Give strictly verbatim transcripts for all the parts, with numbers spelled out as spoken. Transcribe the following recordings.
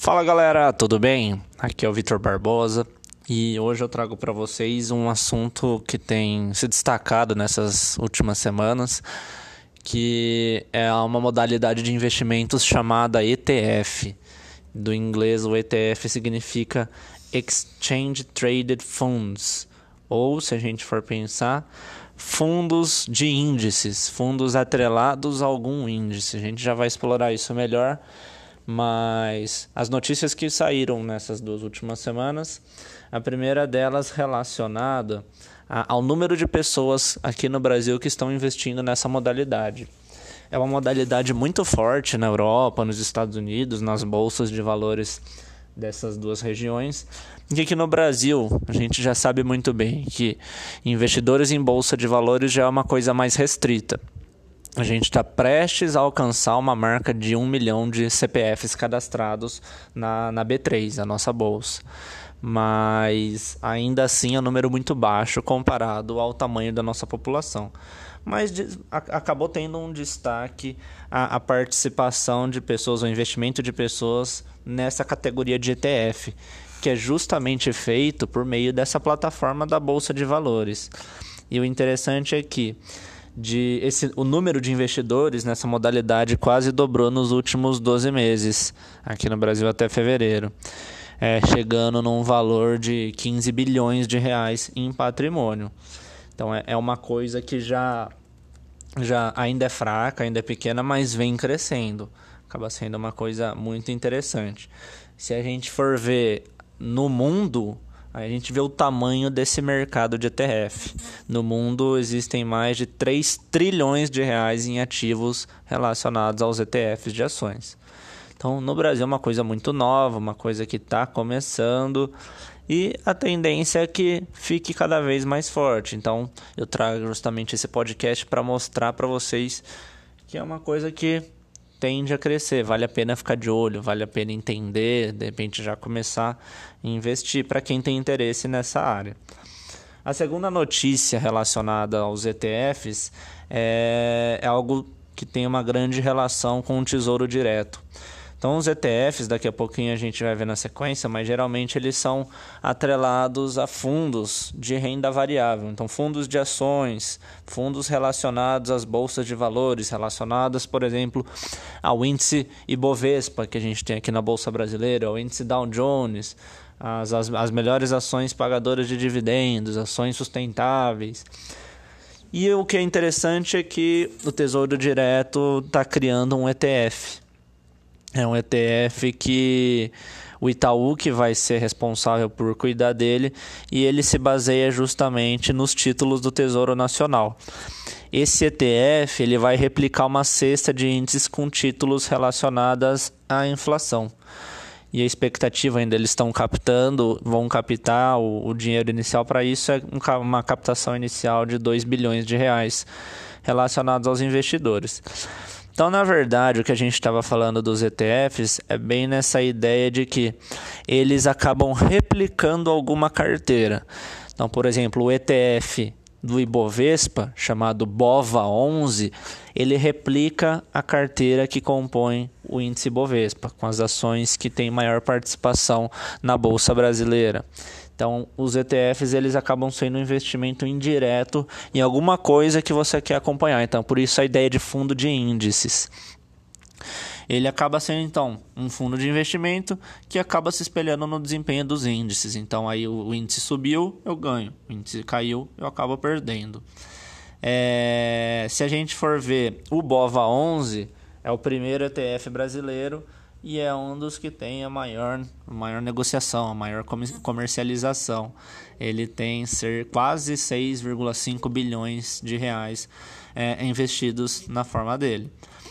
Fala galera, tudo bem? Aqui é o Vitor Barbosa e hoje eu trago para vocês um assunto que tem se destacado nessas últimas semanas, que é uma modalidade de investimentos chamada E T F. Do inglês, o E T F significa Exchange Traded Funds, ou, se a gente for pensar, fundos de índices, fundos atrelados a algum índice. A gente já vai explorar isso melhor. Mas as notícias que saíram nessas duas últimas semanas, a primeira delas relacionada a, ao número de pessoas aqui no Brasil que estão investindo nessa modalidade. É uma modalidade muito forte na Europa, nos Estados Unidos, nas bolsas de valores dessas duas regiões. E aqui no Brasil, a gente já sabe muito bem que investidores em bolsa de valores já é uma coisa mais restrita. A gente está prestes a alcançar uma marca de um milhão de C P Fs cadastrados na, na B três, a nossa bolsa. Mas ainda assim é um número muito baixo comparado ao tamanho da nossa população. Mas de, a, acabou tendo um destaque a, a participação de pessoas, o investimento de pessoas nessa categoria de E T F, que é justamente feito por meio dessa plataforma da Bolsa de Valores. E o interessante é que De esse, o número de investidores nessa modalidade quase dobrou nos últimos doze meses, aqui no Brasil até fevereiro, é, chegando num valor de quinze bilhões de reais em patrimônio. Então é, é uma coisa que já, já ainda é fraca, ainda é pequena, mas vem crescendo. Acaba sendo uma coisa muito interessante. Se a gente for ver no mundo, aí a gente vê o tamanho desse mercado de E T F. No mundo existem mais de três trilhões de reais em ativos relacionados aos E T Fs de ações. Então, no Brasil é uma coisa muito nova, uma coisa que está começando e a tendência é que fique cada vez mais forte. Então, eu trago justamente esse podcast para mostrar para vocês que é uma coisa que tende a crescer, vale a pena ficar de olho, vale a pena entender, de repente já começar a investir para quem tem interesse nessa área. A segunda notícia relacionada aos E T Fs é, é algo que tem uma grande relação com o Tesouro Direto. Então, os E T Fs, daqui a pouquinho a gente vai ver na sequência, mas geralmente eles são atrelados a fundos de renda variável. Então, fundos de ações, fundos relacionados às bolsas de valores, relacionadas, por exemplo, ao índice Ibovespa, que a gente tem aqui na Bolsa Brasileira, ao índice Dow Jones, as, as, as melhores ações pagadoras de dividendos, ações sustentáveis. E o que é interessante é que o Tesouro Direto está criando um E T F. É um E T F que o Itaú que vai ser responsável por cuidar dele, e ele se baseia justamente nos títulos do Tesouro Nacional. Esse E T F ele vai replicar uma cesta de índices com títulos relacionados à inflação. E a expectativa ainda, eles estão captando, vão captar o, o dinheiro inicial para isso, é uma captação inicial de dois bilhões de reais relacionados aos investidores. Então, na verdade, o que a gente estava falando dos E T Fs é bem nessa ideia de que eles acabam replicando alguma carteira. Então, por exemplo, o E T F do Ibovespa, chamado B O V A onze, ele replica a carteira que compõe o índice Ibovespa, com as ações que têm maior participação na Bolsa Brasileira. Então, os E T Fs eles acabam sendo um investimento indireto em alguma coisa que você quer acompanhar. Então, por isso a ideia de fundo de índices. Ele acaba sendo, então, um fundo de investimento que acaba se espelhando no desempenho dos índices. Então, aí o, o índice subiu, eu ganho. O índice caiu, eu acabo perdendo. É, se a gente for ver, o B O V A onze é o primeiro E T F brasileiro e é um dos que tem a maior, a maior negociação, a maior comercialização. Ele tem ser quase seis vírgula cinco bilhões de reais é, investidos na forma dele.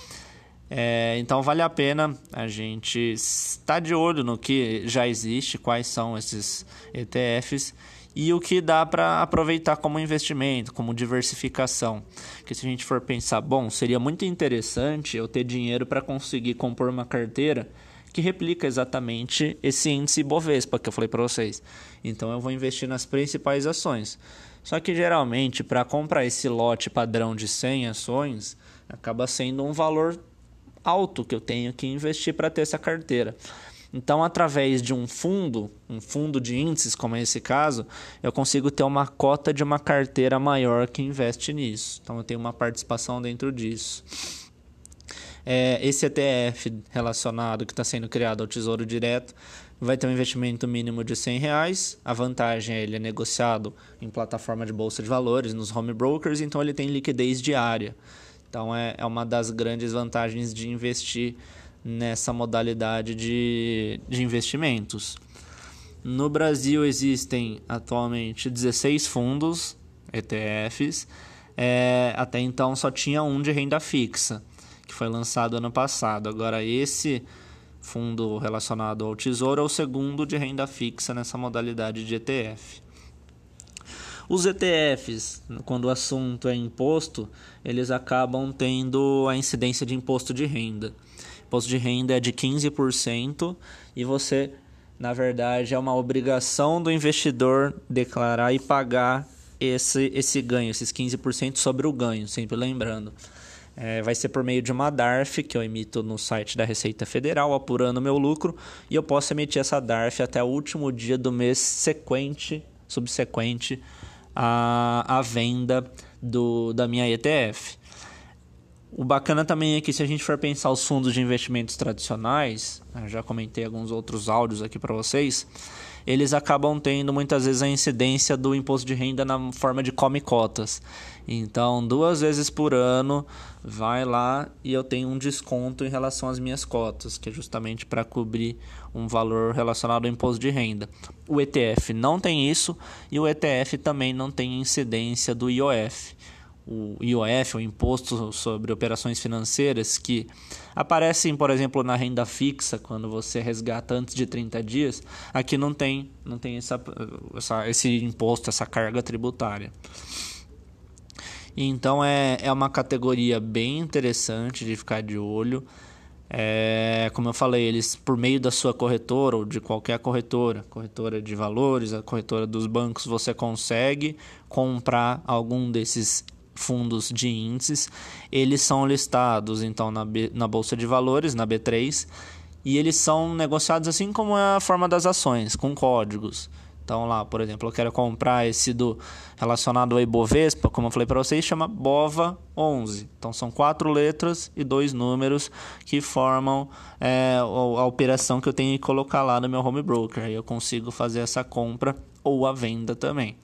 É, então vale a pena a gente estar de olho no que já existe, quais são esses E T Fs e o que dá para aproveitar como investimento, como diversificação. Porque se a gente for pensar, bom, seria muito interessante eu ter dinheiro para conseguir compor uma carteira que replica exatamente esse índice Ibovespa que eu falei para vocês. Então eu vou investir nas principais ações. Só que geralmente para comprar esse lote padrão de cem ações, acaba sendo um valor alto que eu tenho que investir para ter essa carteira. Então, através de um fundo, um fundo de índices, como é esse caso, eu consigo ter uma cota de uma carteira maior que investe nisso. Então, eu tenho uma participação dentro disso. É, esse E T F relacionado que está sendo criado ao Tesouro Direto vai ter um investimento mínimo de cem reais. A vantagem é ele é negociado em plataforma de bolsa de valores, nos home brokers, então ele tem liquidez diária. Então, é, é uma das grandes vantagens de investir nessa modalidade de, de investimentos. No Brasil existem atualmente dezesseis fundos E T Fs, é, até então só tinha um de renda fixa, que foi lançado ano passado. Agora esse fundo relacionado ao Tesouro é o segundo de renda fixa nessa modalidade de E T F. Os E T Fs, quando o assunto é imposto, eles acabam tendo a incidência de imposto de renda. Imposto de renda é de quinze por cento e você, na verdade, é uma obrigação do investidor declarar e pagar esse, esse ganho, esses quinze por cento sobre o ganho, sempre lembrando. É, vai ser por meio de uma D A R F que eu emito no site da Receita Federal, apurando o meu lucro, e eu posso emitir essa D A R F até o último dia do mês sequente, subsequente à, à venda do, da minha E T F. O bacana também é que, se a gente for pensar os fundos de investimentos tradicionais, eu já comentei alguns outros áudios aqui para vocês, eles acabam tendo muitas vezes a incidência do imposto de renda na forma de come-cotas. Então, duas vezes por ano, vai lá e eu tenho um desconto em relação às minhas cotas, que é justamente para cobrir um valor relacionado ao imposto de renda. O E T F não tem isso e o E T F também não tem incidência do I O F. O I O F, o Imposto sobre Operações Financeiras, que aparecem, por exemplo, na renda fixa, quando você resgata antes de trinta dias, aqui não tem, não tem essa, essa, esse imposto, essa carga tributária. Então é, é uma categoria bem interessante de ficar de olho. É, como eu falei, eles, por meio da sua corretora ou de qualquer corretora, corretora de valores, a corretora dos bancos, você consegue comprar algum desses fundos de índices. Eles são listados então na, B, na Bolsa de Valores, na B três, e eles são negociados assim como é a forma das ações, com códigos. Então lá, por exemplo, eu quero comprar esse do relacionado ao Ibovespa, como eu falei para vocês, chama B O V A onze. Então são quatro letras e dois números que formam é, a operação que eu tenho que colocar lá no meu home broker. Aí eu consigo fazer essa compra ou a venda também.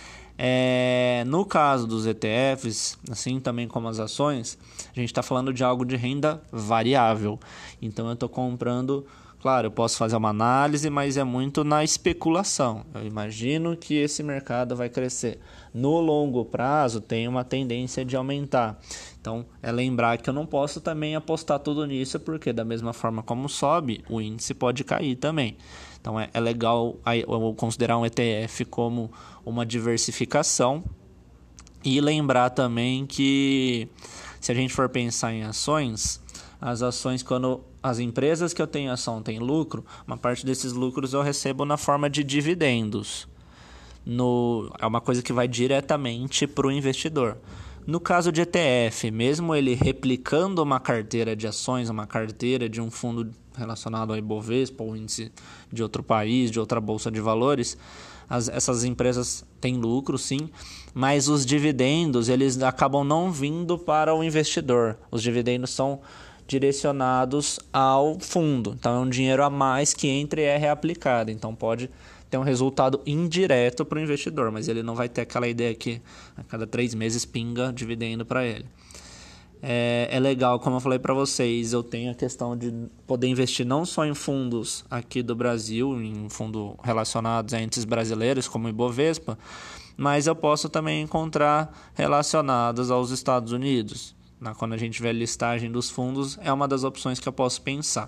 É, no caso dos E T Fs, assim também como as ações, a gente está falando de algo de renda variável. Então eu estou comprando, claro, eu posso fazer uma análise, mas é muito na especulação. Eu imagino que esse mercado vai crescer. No longo prazo tem uma tendência de aumentar. Então é lembrar que eu não posso também apostar tudo nisso, porque da mesma forma como sobe, o índice pode cair também. Então é, é legal eu considerar um E T F como uma diversificação e lembrar também que, se a gente for pensar em ações, as ações, quando as empresas que eu tenho ação têm lucro, uma parte desses lucros eu recebo na forma de dividendos. No, é uma coisa que vai diretamente para o investidor. No caso de E T F, mesmo ele replicando uma carteira de ações, uma carteira de um fundo relacionado ao Ibovespa, ou índice de outro país, de outra bolsa de valores, as, essas empresas têm lucro, sim, mas os dividendos eles acabam não vindo para o investidor. Os dividendos são direcionados ao fundo. Então é um dinheiro a mais que entra e é reaplicado. Então pode ter um resultado indireto para o investidor, mas ele não vai ter aquela ideia que a cada três meses pinga dividendo para ele. É, é legal, como eu falei para vocês, eu tenho a questão de poder investir não só em fundos aqui do Brasil, em fundos relacionados a índices brasileiros, como o Ibovespa, mas eu posso também encontrar relacionados aos Estados Unidos. Na, quando a gente vê a listagem dos fundos, é uma das opções que eu posso pensar.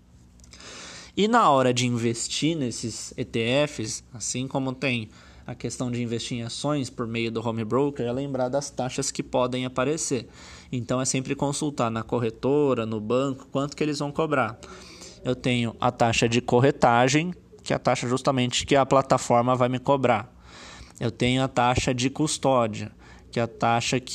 E na hora de investir nesses E T Fs, assim como tem a questão de investir em ações por meio do home broker, é lembrar das taxas que podem aparecer. Então é sempre consultar na corretora, no banco, quanto que eles vão cobrar. Eu tenho a taxa de corretagem, que é a taxa justamente que a plataforma vai me cobrar. Eu tenho a taxa de custódia, que é a taxa que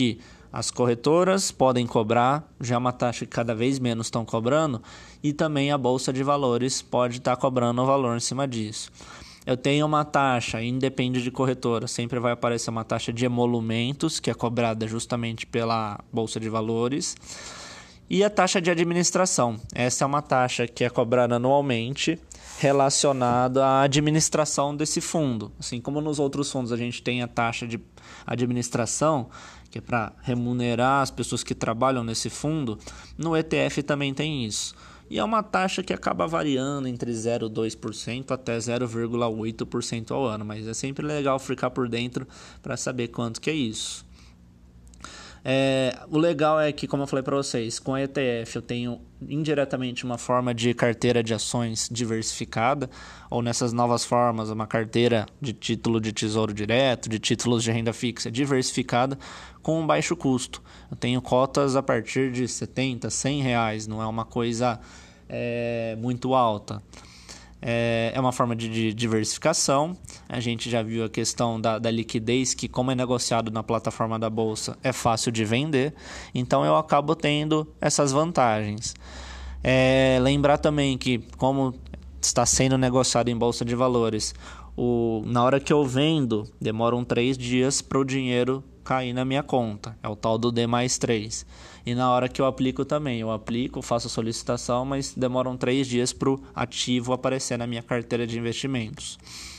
As corretoras podem cobrar, já é uma taxa que cada vez menos estão cobrando, e também a Bolsa de Valores pode estar cobrando o valor em cima disso. Eu tenho uma taxa, independe de corretora, sempre vai aparecer uma taxa de emolumentos, que é cobrada justamente pela Bolsa de Valores, e a taxa de administração. Essa é uma taxa que é cobrada anualmente, relacionada à administração desse fundo. Assim como nos outros fundos a gente tem a taxa de administração, que é para remunerar as pessoas que trabalham nesse fundo, no E T F também tem isso. E é uma taxa que acaba variando entre zero vírgula dois por cento até zero vírgula oito por cento ao ano, mas é sempre legal ficar por dentro para saber quanto que é isso. É, o legal é que, como eu falei para vocês, com a E T F eu tenho indiretamente uma forma de carteira de ações diversificada, ou nessas novas formas, uma carteira de título de tesouro direto, de títulos de renda fixa diversificada com um baixo custo. Eu tenho cotas a partir de setenta, cem reais, não é uma coisa é, muito alta. É uma forma de, de diversificação. A gente já viu a questão da, da liquidez, que como é negociado na plataforma da Bolsa, é fácil de vender. Então eu acabo tendo essas vantagens. É, lembrar também que como está sendo negociado em Bolsa de Valores, o, na hora que eu vendo, demoram três dias para o dinheiro cair na minha conta. É o tal do D mais três. E na hora que eu aplico também, eu aplico, faço a solicitação, mas demoram três dias para o ativo aparecer na minha carteira de investimentos.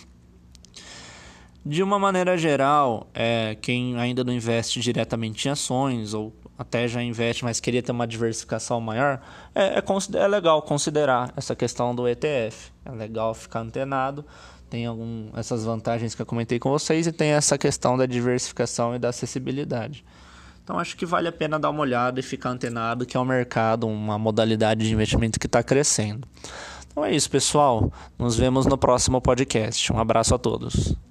De uma maneira geral, é, quem ainda não investe diretamente em ações, ou até já investe, mas queria ter uma diversificação maior, é, é, é legal considerar essa questão do E T F. É legal ficar antenado. Tem algum, essas vantagens que eu comentei com vocês e tem essa questão da diversificação e da acessibilidade. Então acho que vale a pena dar uma olhada e ficar antenado, que é um mercado, uma modalidade de investimento que está crescendo. Então é isso, pessoal. Nos vemos no próximo podcast. Um abraço a todos.